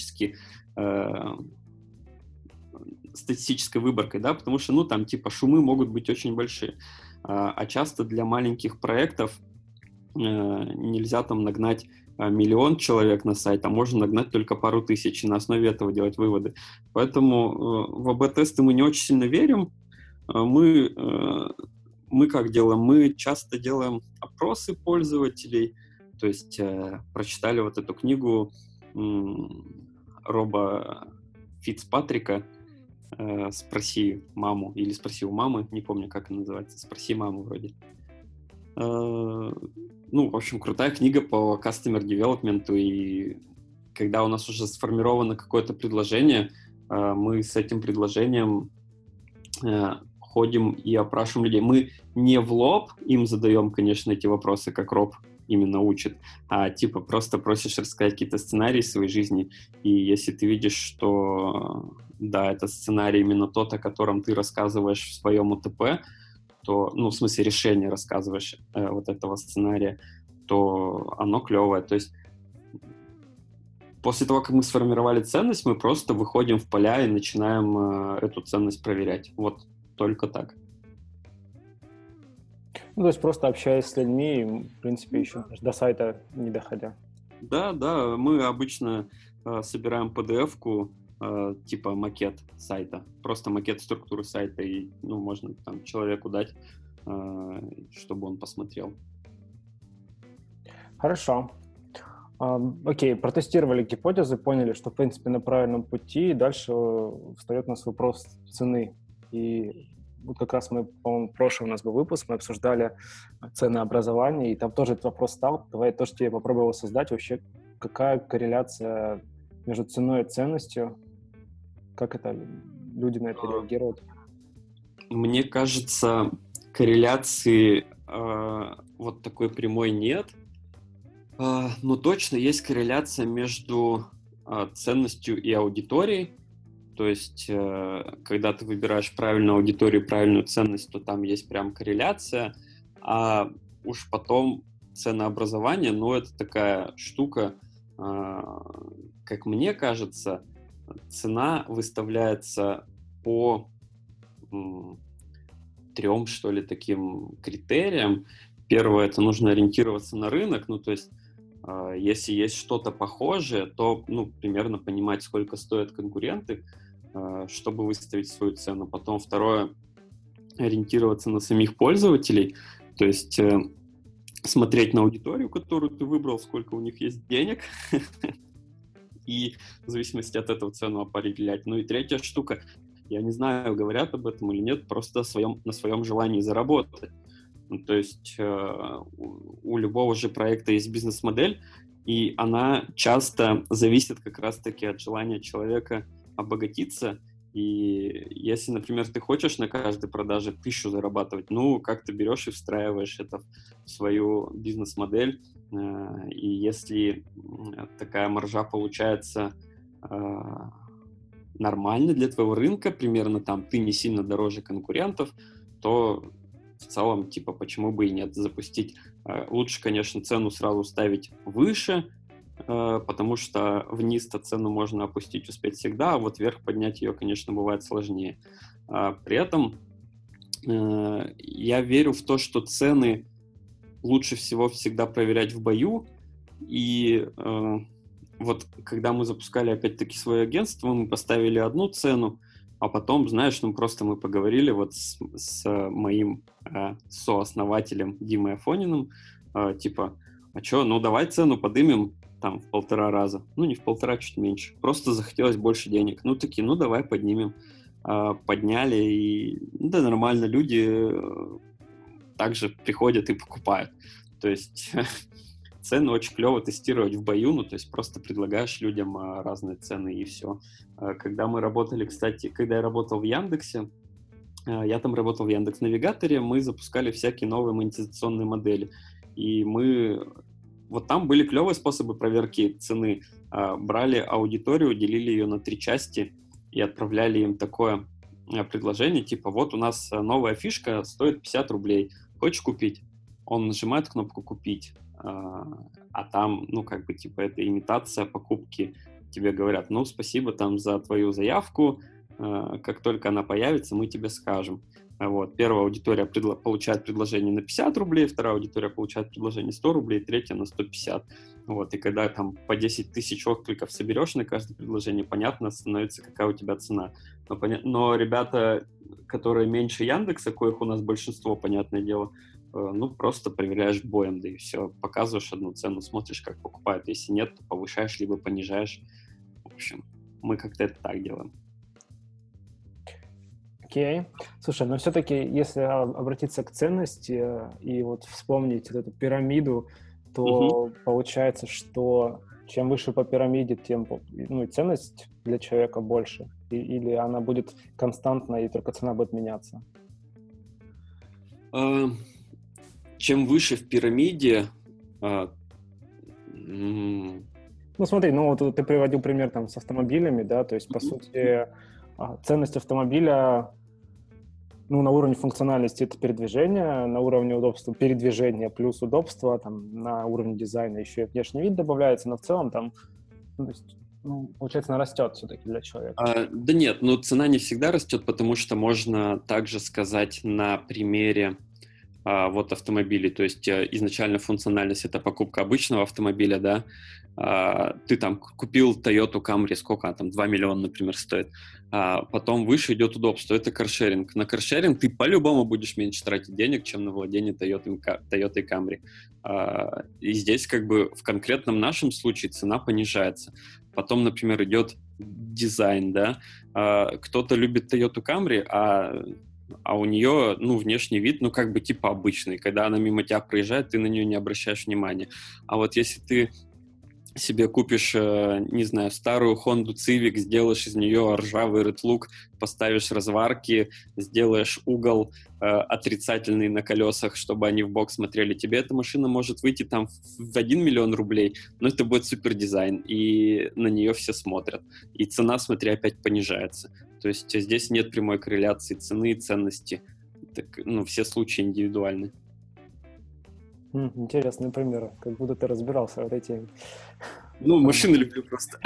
статистической выборкой, да, потому что, ну, там, типа, шумы могут быть очень большие. А часто для маленьких проектов нельзя там нагнать миллион человек на сайт, а можно нагнать только пару тысяч, и на основе этого делать выводы. Поэтому в АБ-тесты мы не очень сильно верим. Мы как делаем? Мы часто делаем опросы пользователей, то есть прочитали вот эту книгу Роба Фицпатрика «Спроси маму» или «Спроси у мамы», не помню, как она называется, «Спроси маму» вроде. Ну, в общем, крутая книга по customer development, и когда у нас уже сформировано какое-то предложение, мы с этим предложением ходим и опрашиваем людей. Мы не в лоб им задаем, конечно, эти вопросы, как Роб именно учит, а типа просто просишь рассказать какие-то сценарии своей жизни, и если ты видишь, что да, это сценарий именно тот, о котором ты рассказываешь в своем УТП, то, ну, в смысле решения рассказываешь вот этого сценария, то оно клевое. То есть после того, как мы сформировали ценность, мы просто выходим в поля и начинаем эту ценность проверять. Вот только так. Ну, то есть просто общаясь с людьми, в принципе, еще до сайта не доходя. Да, мы обычно собираем PDF-ку, типа макет сайта, просто макет структуры сайта, и, ну, можно там человеку дать, чтобы он посмотрел. Хорошо. Окей, протестировали гипотезы, поняли, что, в принципе, на правильном пути, и дальше встает у нас вопрос цены. И вот как раз мы, по-моему, прошлый у нас был выпуск, мы обсуждали ценообразование, и там тоже этот вопрос стал. Давай тоже тебе попробовал создать вообще, какая корреляция между ценой и ценностью, как это люди на это реагируют? Мне кажется, корреляции вот такой прямой нет, но точно есть корреляция между ценностью и аудиторией. То есть, когда ты выбираешь правильную аудиторию, правильную ценность, то там есть прям корреляция, а уж потом ценообразование, ну, это такая штука, как мне кажется, цена выставляется по 3, что ли, таким критериям. Первое, это нужно ориентироваться на рынок, ну, то есть, если есть что-то похожее, то, ну, примерно понимать, сколько стоят конкуренты, чтобы выставить свою цену. Потом второе, ориентироваться на самих пользователей, то есть смотреть на аудиторию, которую ты выбрал, сколько у них есть денег, и в зависимости от этого цену определять. Ну и третья штука, я не знаю, говорят об этом или нет, просто на своем желании заработать. Ну, то есть у любого же проекта есть бизнес-модель, и она часто зависит как раз-таки от желания человека обогатиться. И если, например, ты хочешь на каждой продаже 1000 зарабатывать, ну, как ты берешь и встраиваешь это в свою бизнес-модель. И если такая маржа получается нормально для твоего рынка, примерно там ты не сильно дороже конкурентов, то в целом, типа, почему бы и нет, запустить. Лучше, конечно, цену сразу ставить выше, потому что вниз-то цену можно опустить успеть всегда, а вот вверх поднять ее, конечно, бывает сложнее. При этом я верю в то, что цены лучше всего всегда проверять в бою, и вот когда мы запускали опять-таки свое агентство, мы поставили одну цену, а потом, знаешь, ну просто мы поговорили вот с моим сооснователем Димой Афониным, типа, а что, ну давай цену подымем там в 1,5 раза, ну не в 1,5, чуть меньше, просто захотелось больше денег, ну такие, ну давай поднимем, подняли, и да, нормально, люди также приходят и покупают, то есть цены очень клево тестировать в бою, ну, то есть просто предлагаешь людям разные цены и все. Когда мы работали, кстати, когда я работал в Яндексе, я там работал в Яндекс.Навигаторе, мы запускали всякие новые монетизационные модели. И вот там были клевые способы проверки цены. Брали аудиторию, делили ее на 3 части и отправляли им такое предложение, типа, вот у нас новая фишка, стоит 50 рублей, хочешь купить? Он нажимает кнопку «Купить», а там, это имитация покупки. Тебе говорят, спасибо там за твою заявку, как только она появится, мы тебе скажем. Вот. Первая аудитория получает предложение на 50 рублей, вторая аудитория получает предложение 100 рублей, третья на 150. Вот. И когда там по 10 тысяч откликов соберешь на каждое предложение, понятно становится, какая у тебя цена. Но ребята, которые меньше Яндекса, коих у нас большинство, понятное дело, просто проверяешь боем, да и все. Показываешь одну цену, смотришь, как покупают. Если нет, то повышаешь, либо понижаешь. В общем, мы как-то это так делаем. Окей. Слушай, но все-таки, если обратиться к ценности и вот вспомнить вот эту пирамиду, то получается, что чем выше по пирамиде, тем и ценность для человека больше. Или она будет константна, и только цена будет меняться? Чем выше в пирамиде... смотри, вот ты приводил пример там с автомобилями, да, то есть, по сути, ценность автомобиля, на уровне функциональности это передвижение, на уровне удобства передвижение плюс удобство, там, на уровне дизайна еще и внешний вид добавляется, но в целом там, получается, она растет все-таки для человека. Да нет, цена не всегда растет, потому что можно также сказать на примере автомобилей, то есть изначально функциональность — это покупка обычного автомобиля, да, ты там купил Toyota Camry, сколько она там, 2 миллиона, например, стоит, потом выше идет удобство, это каршеринг. На каршеринг ты по-любому будешь меньше тратить денег, чем на владение Toyota Camry. И здесь в конкретном нашем случае цена понижается. Потом, например, идет дизайн, да, кто-то любит Toyota Camry, а у нее, внешний вид, типа обычный. Когда она мимо тебя проезжает, ты на нее не обращаешь внимания. А вот если ты себе купишь, не знаю, старую Honda Civic, сделаешь из нее ржавый Red Look, поставишь разварки, сделаешь угол отрицательный на колесах, чтобы они в бок смотрели, тебе эта машина может выйти там в 1 миллион рублей, но это будет супер дизайн, и на нее все смотрят. И цена, смотри, опять понижается. То есть здесь нет прямой корреляции цены и ценности. Все случаи индивидуальны. Интересные примеры, как будто ты разбирался в этой теме. Машины люблю просто.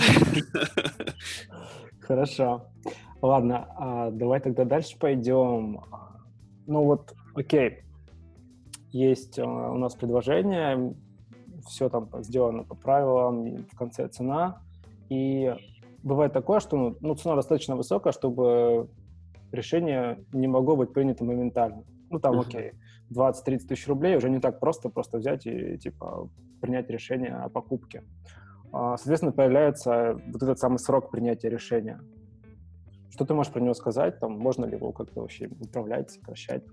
Хорошо. Ладно, давай тогда дальше пойдем. Окей. Есть у нас предложение, все там сделано по правилам, в конце цена. И бывает такое, что цена достаточно высокая, чтобы решение не могло быть принято моментально. Окей, 20-30 тысяч рублей уже не так просто взять и, принять решение о покупке. Соответственно, появляется вот этот самый срок принятия решения. Что ты можешь про него сказать? Там, можно ли его как-то вообще управлять, сокращать?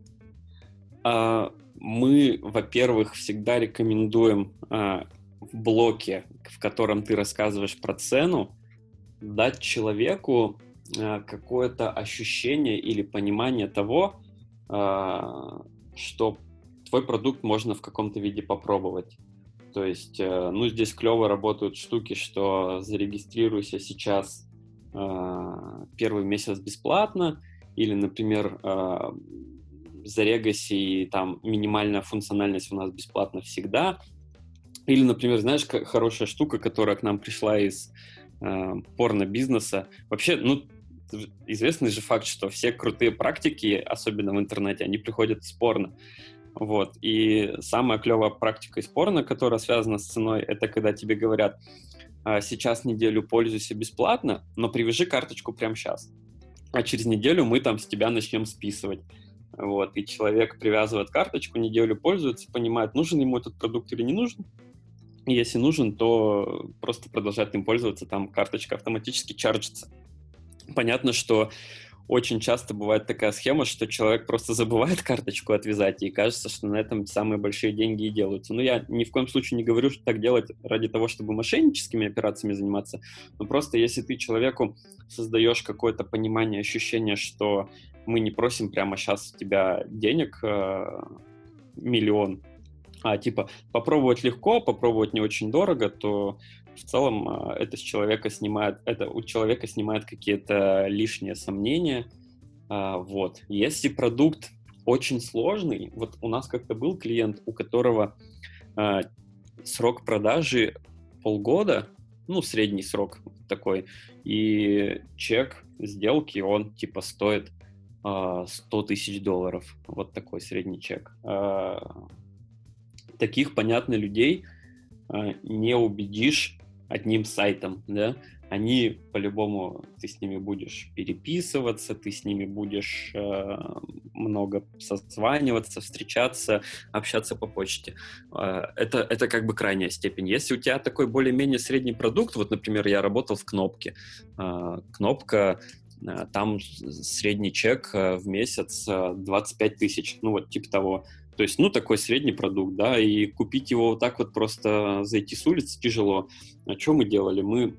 Мы, во-первых, всегда рекомендуем в блоке, в котором ты рассказываешь про цену, дать человеку какое-то ощущение или понимание того, что твой продукт можно в каком-то виде попробовать. То есть, здесь клево работают штуки, что зарегистрируйся сейчас первый месяц бесплатно, или, например, зарегайся, и там минимальная функциональность у нас бесплатна всегда. Или, например, знаешь, хорошая штука, которая к нам пришла из порно-бизнеса. Вообще, известный же факт, что все крутые практики, особенно в интернете, они приходят из порно. Вот. И самая клевая практика из порно, которая связана с ценой, это когда тебе говорят: сейчас неделю пользуйся бесплатно, но привяжи карточку прямо сейчас. А через неделю мы там с тебя начнем списывать. Вот. И человек привязывает карточку, неделю пользуется, понимает, нужен ему этот продукт или не нужен. И если нужен, то просто продолжает им пользоваться, там карточка автоматически чарджится. Понятно, что очень часто бывает такая схема, что человек просто забывает карточку отвязать, и кажется, что на этом самые большие деньги и делаются. Но я ни в коем случае не говорю, что так делать ради того, чтобы мошенническими операциями заниматься, но просто если ты человеку создаешь какое-то понимание, ощущение, что мы не просим прямо сейчас у тебя денег миллион, а типа попробовать легко, попробовать не очень дорого, то в целом это у человека снимает какие-то лишние сомнения. Вот. Если продукт очень сложный, вот у нас как-то был клиент, у которого срок продажи полгода, ну, средний срок такой, и чек сделки, он типа стоит $100 тысяч. Вот такой средний чек. Таких, понятно, людей не убедишь одним сайтом, да, они по-любому, ты с ними будешь переписываться, ты с ними будешь много созваниваться, встречаться, общаться по почте. Это как бы крайняя степень. Если у тебя такой более-менее средний продукт, вот, например, я работал в Кнопке, Кнопка, там средний чек в месяц 25 тысяч, ну вот типа того. То есть, ну, такой средний продукт, да, и купить его вот так вот просто зайти с улицы тяжело. А что мы делали? Мы,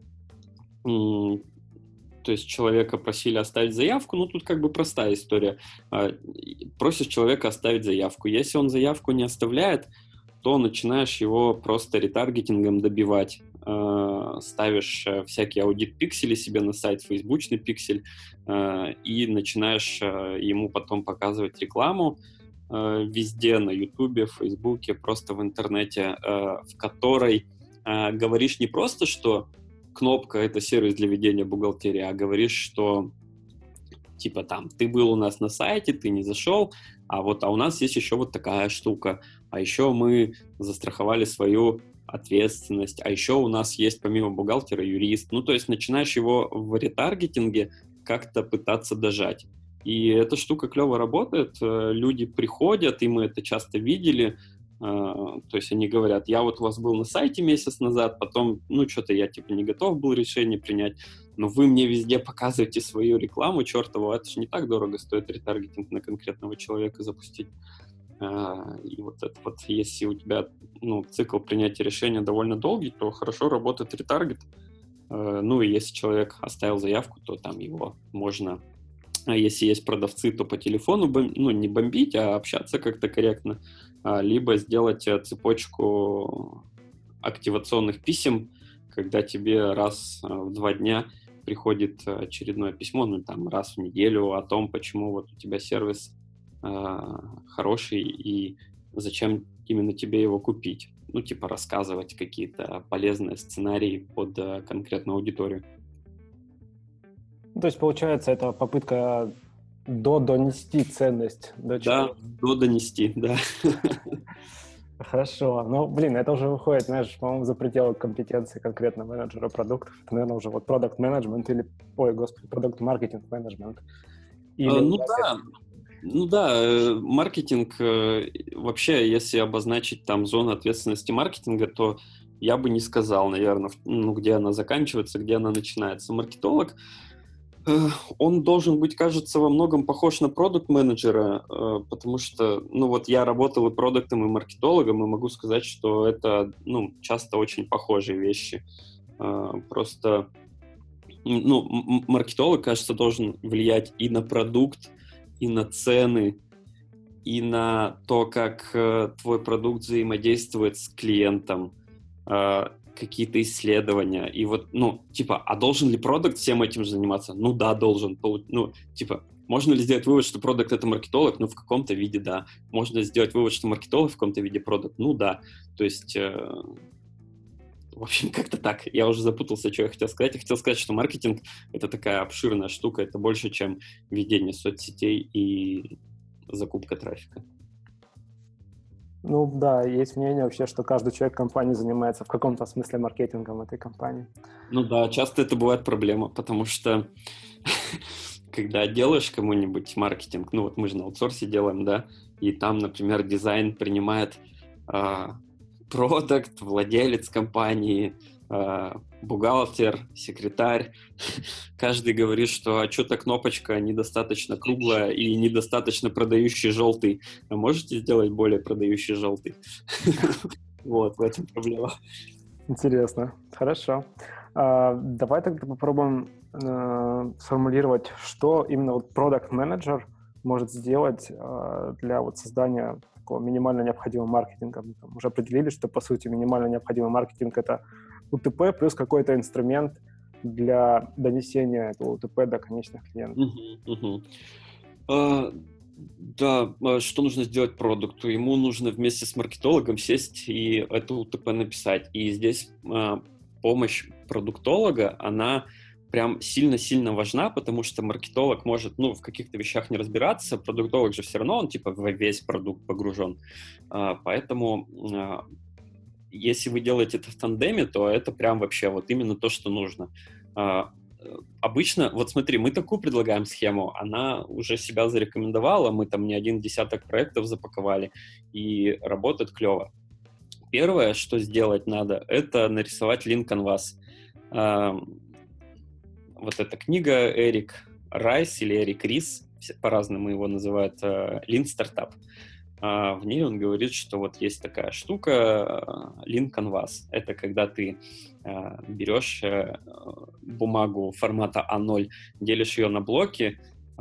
то есть, человека просили оставить заявку, ну, тут как бы простая история. Просишь человека оставить заявку. Если он заявку не оставляет, то начинаешь его просто ретаргетингом добивать. Ставишь всякие аудит-пиксели себе на сайт, фейсбучный пиксель, и начинаешь ему потом показывать рекламу, везде, на Ютубе, в Фейсбуке, просто в интернете, в которой говоришь не просто, что Кнопка — это сервис для ведения бухгалтерии, а говоришь, что типа там, ты был у нас на сайте, ты не зашел, а у нас есть еще вот такая штука, а еще мы застраховали свою ответственность, а еще у нас есть помимо бухгалтера юрист. Ну, то есть начинаешь его в ретаргетинге как-то пытаться дожать. И эта штука клево работает, люди приходят, и мы это часто видели, то есть они говорят, я вот у вас был на сайте месяц назад, потом, ну, что-то я типа не готов был решение принять, но вы мне везде показываете свою рекламу чертову, это же не так дорого стоит ретаргетинг на конкретного человека запустить. И вот это вот, если у тебя, ну, цикл принятия решения довольно долгий, то хорошо работает ретаргет. Ну, и если человек оставил заявку, то там его можно... А если есть продавцы, то по телефону, ну, не бомбить, а общаться как-то корректно, либо сделать цепочку активационных писем, когда тебе раз в 2 дня приходит очередное письмо, ну, там, раз в неделю о том, почему вот у тебя сервис хороший и зачем именно тебе его купить. Ну, типа рассказывать какие-то полезные сценарии под конкретную аудиторию. То есть, получается, это попытка донести ценность до человека. Да, донести, да. Хорошо. Но, блин, это уже выходит, знаешь, по-моему, за пределы компетенции конкретно менеджера продуктов. Это, наверное, уже вот продакт-менеджмент или, ой, господи, продакт-маркетинг-менеджмент. Ну да, маркетинг, вообще, если обозначить там зону ответственности маркетинга, то я бы не сказал, наверное, ну, где она заканчивается, где она начинается. Маркетолог, он должен быть, кажется, во многом похож на продакт-менеджера, потому что, ну вот я работал и продактом, и маркетологом, и могу сказать, что это, ну, часто очень похожие вещи. Просто, ну, маркетолог, кажется, должен влиять и на продукт, и на цены, и на то, как твой продукт взаимодействует с клиентом, какие-то исследования. И вот, ну, типа, а должен ли продукт всем этим же заниматься? Ну да, должен. Ну, типа, можно ли сделать вывод, что продукт — это маркетолог? Ну, в каком-то виде, да. Можно сделать вывод, что маркетолог в каком-то виде продукт? Ну да. То есть... В общем, как-то так. Я уже запутался, что я хотел сказать. Я хотел сказать, что маркетинг — это такая обширная штука, это больше, чем ведение соцсетей и закупка трафика. Ну да, есть мнение вообще, что каждый человек в компании занимается в каком-то смысле маркетингом этой компании. Ну да, часто это бывает проблема, потому что когда делаешь кому-нибудь маркетинг, ну вот мы же на аутсорсе делаем, да, и там, например, дизайн принимает продакт, владелец компании, бухгалтер, секретарь. Каждый говорит, что что-то кнопочка недостаточно круглая и недостаточно продающий желтый. А можете сделать более продающий желтый? Вот, в этом проблема. Интересно. Хорошо. Давай тогда попробуем сформулировать, что именно вот продакт-менеджер может сделать для вот создания такого минимально необходимого маркетинга. Мы там уже определили, что, по сути, минимально необходимый маркетинг — это УТП плюс какой-то инструмент для донесения этого УТП до конечных клиентов. Да, что нужно сделать продукту? Ему нужно вместе с маркетологом сесть и это УТП написать. И здесь помощь продуктолога, она прям сильно-сильно важна, потому что маркетолог может, в каких-то вещах не разбираться, продуктолог же все равно, он типа во весь продукт погружен. Поэтому если вы делаете это в тандеме, то это прям вообще вот именно то, что нужно. Обычно, вот смотри, мы такую предлагаем схему, она уже себя зарекомендовала, мы там не один десяток проектов запаковали, и работает клево. Первое, что сделать надо, это нарисовать Lean Canvas. Вот эта книга Эрик Райс или Эрик Рис, по-разному его называют, Lean Startup. В ней он говорит, что вот есть такая штука Lean Canvas. Это когда ты берешь бумагу формата А0, делишь ее на блоки,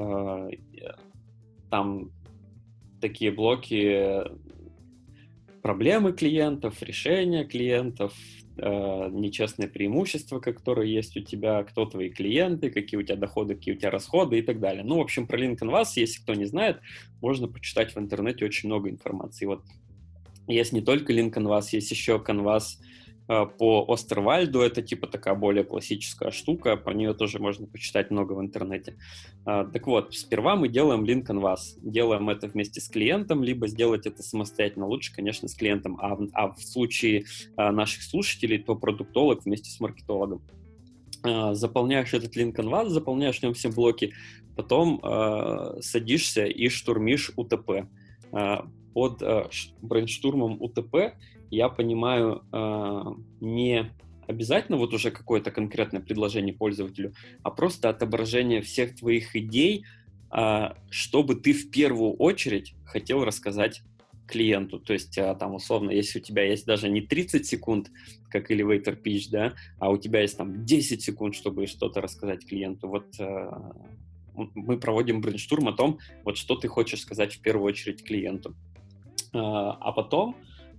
там такие блоки: проблемы клиентов, решения клиентов, нечестные преимущества, которые есть у тебя, кто твои клиенты, какие у тебя доходы, какие у тебя расходы и так далее. В общем, про Lean Canvas, если кто не знает, можно почитать в интернете очень много информации. Вот есть не только Lean Canvas, есть еще Canvas по Остервальду, это типа такая более классическая штука, про нее тоже можно почитать много в интернете. Так вот, сперва мы делаем Lean Canvas, делаем это вместе с клиентом, либо сделать это самостоятельно, лучше, конечно, с клиентом, а в случае наших слушателей, то продуктолог вместе с маркетологом. Заполняешь этот Lean Canvas, заполняешь в нем все блоки, потом садишься и штурмишь УТП. Под брейнштурмом УТП я понимаю не обязательно вот уже какое-то конкретное предложение пользователю, а просто отображение всех твоих идей, что бы ты в первую очередь хотел рассказать клиенту. То есть там условно, если у тебя есть даже не 30 секунд, как elevator pitch, да, а у тебя есть там 10 секунд, чтобы что-то рассказать клиенту, вот мы проводим брейнштурм о том, вот что ты хочешь сказать в первую очередь клиенту. А потом,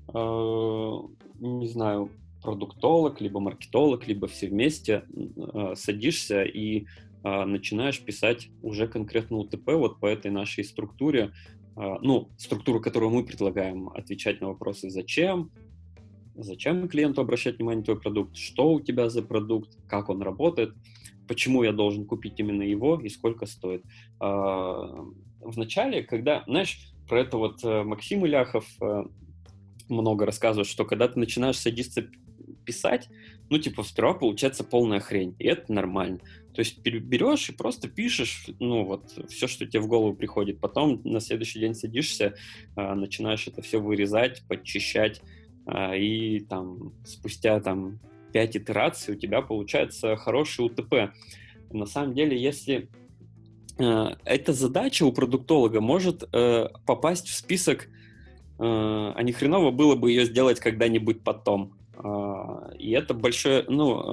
не знаю, продуктолог, либо маркетолог, либо все вместе садишься и начинаешь писать уже конкретно УТП вот по этой нашей структуре, структуру, которую мы предлагаем, отвечать на вопросы «Зачем клиенту обращать внимание на твой продукт?», что у тебя за продукт, как он работает, почему я должен купить именно его и сколько стоит. Вначале, когда, знаешь, про это вот Максим Иляхов много рассказывает, что когда ты начинаешь садиться писать, сперва получается полная хрень, и это нормально. То есть берешь и просто пишешь, все, что тебе в голову приходит. Потом на следующий день садишься, начинаешь это все вырезать, подчищать, и там спустя 5 итераций у тебя получается хороший УТП. На самом деле, если эта задача у продуктолога может попасть в список, а не хреново было бы ее сделать когда-нибудь потом. И это большое,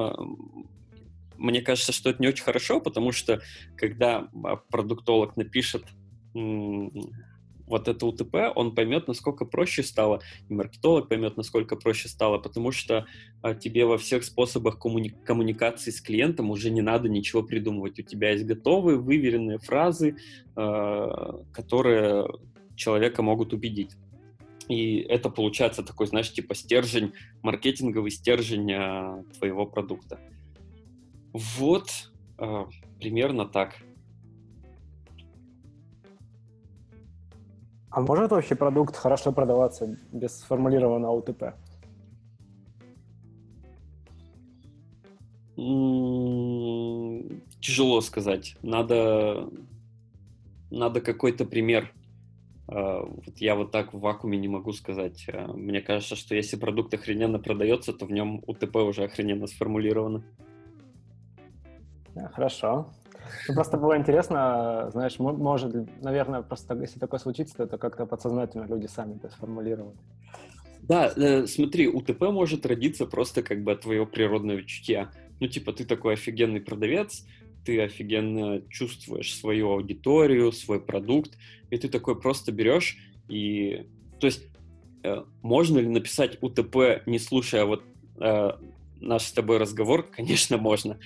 мне кажется, что это не очень хорошо, потому что когда продуктолог напишет вот это УТП, он поймет, насколько проще стало, и маркетолог поймет, насколько проще стало, потому что тебе во всех способах коммуникации с клиентом уже не надо ничего придумывать. У тебя есть готовые, выверенные фразы, которые человека могут убедить. И это получается такой, знаешь, типа стержень, маркетинговый стержень твоего продукта. Вот примерно так. А может вообще продукт хорошо продаваться без сформулированного УТП? Тяжело сказать. Надо какой-то пример Вот я вот так в вакууме не могу сказать. Мне кажется, что если продукт охрененно продается, то в нем УТП уже охрененно сформулировано. Хорошо. Ну, просто было интересно, знаешь, может, наверное, просто если такое случится, то это как-то подсознательно люди сами это сформулируют. Да, смотри, УТП может родиться просто как бы от твоего природного чутья. Ну, типа, ты такой офигенный продавец, ты офигенно чувствуешь свою аудиторию, свой продукт, и ты такой просто берешь и... То есть, можно ли написать УТП, не слушая вот наш с тобой разговор? Конечно, можно.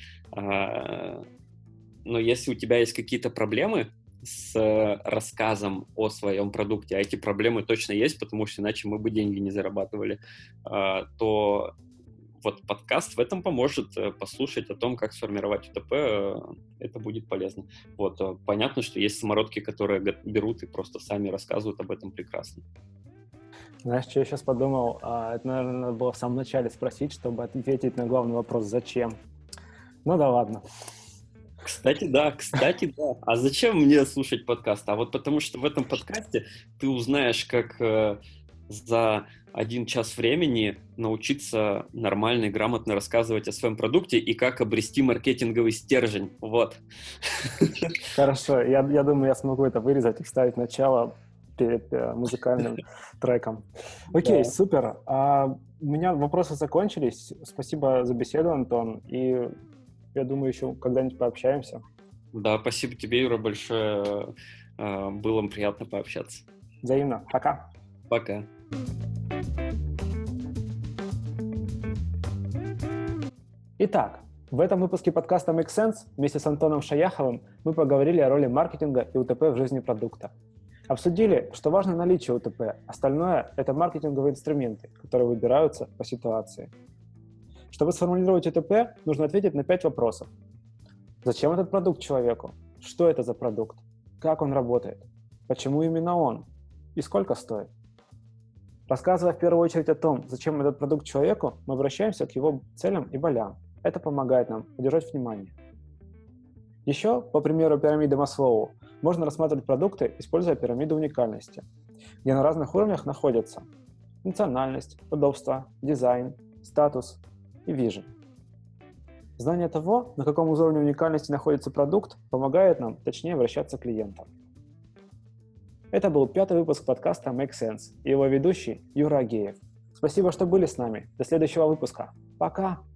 Но если у тебя есть какие-то проблемы с рассказом о своем продукте, а эти проблемы точно есть, потому что иначе мы бы деньги не зарабатывали, то вот подкаст в этом поможет. Послушать о том, как сформировать УТП, это будет полезно. Вот. Понятно, что есть самородки, которые берут и просто сами рассказывают об этом прекрасно. Знаешь, что я сейчас подумал? Это, наверное, надо было в самом начале спросить, чтобы ответить на главный вопрос «Зачем?». Ну да ладно. Кстати, да. А зачем мне слушать подкаст? А вот потому что в этом подкасте ты узнаешь, как за 1 час времени научиться нормально и грамотно рассказывать о своем продукте и как обрести маркетинговый стержень. Вот. Хорошо, я думаю, я смогу это вырезать и вставить начало перед музыкальным треком. Окей, Да. супер. У меня вопросы закончились. Спасибо за беседу, Антон. И я думаю, еще когда-нибудь пообщаемся. Да, спасибо тебе, Юра, большое. Было приятно пообщаться. Взаимно. Пока. Пока. Итак, в этом выпуске подкаста Make Sense вместе с Антоном Шаяховым мы поговорили о роли маркетинга и УТП в жизни продукта. Обсудили, что важно наличие УТП, остальное – это маркетинговые инструменты, которые выбираются по ситуации. Чтобы сформулировать УТП, нужно ответить на 5 вопросов. Зачем этот продукт человеку? Что это за продукт? Как он работает? Почему именно он? И сколько стоит? Рассказывая в первую очередь о том, зачем этот продукт человеку, мы обращаемся к его целям и болям. Это помогает нам удержать внимание. Еще, по примеру пирамиды Маслоу, можно рассматривать продукты, используя пирамиду уникальности, где на разных уровнях находятся функциональность, удобство, дизайн, статус и вижен. Знание того, на каком уровне уникальности находится продукт, помогает нам точнее обращаться к клиентам. Это был 5-й выпуск подкаста Make Sense и его ведущий Юра Агеев. Спасибо, что были с нами. До следующего выпуска. Пока!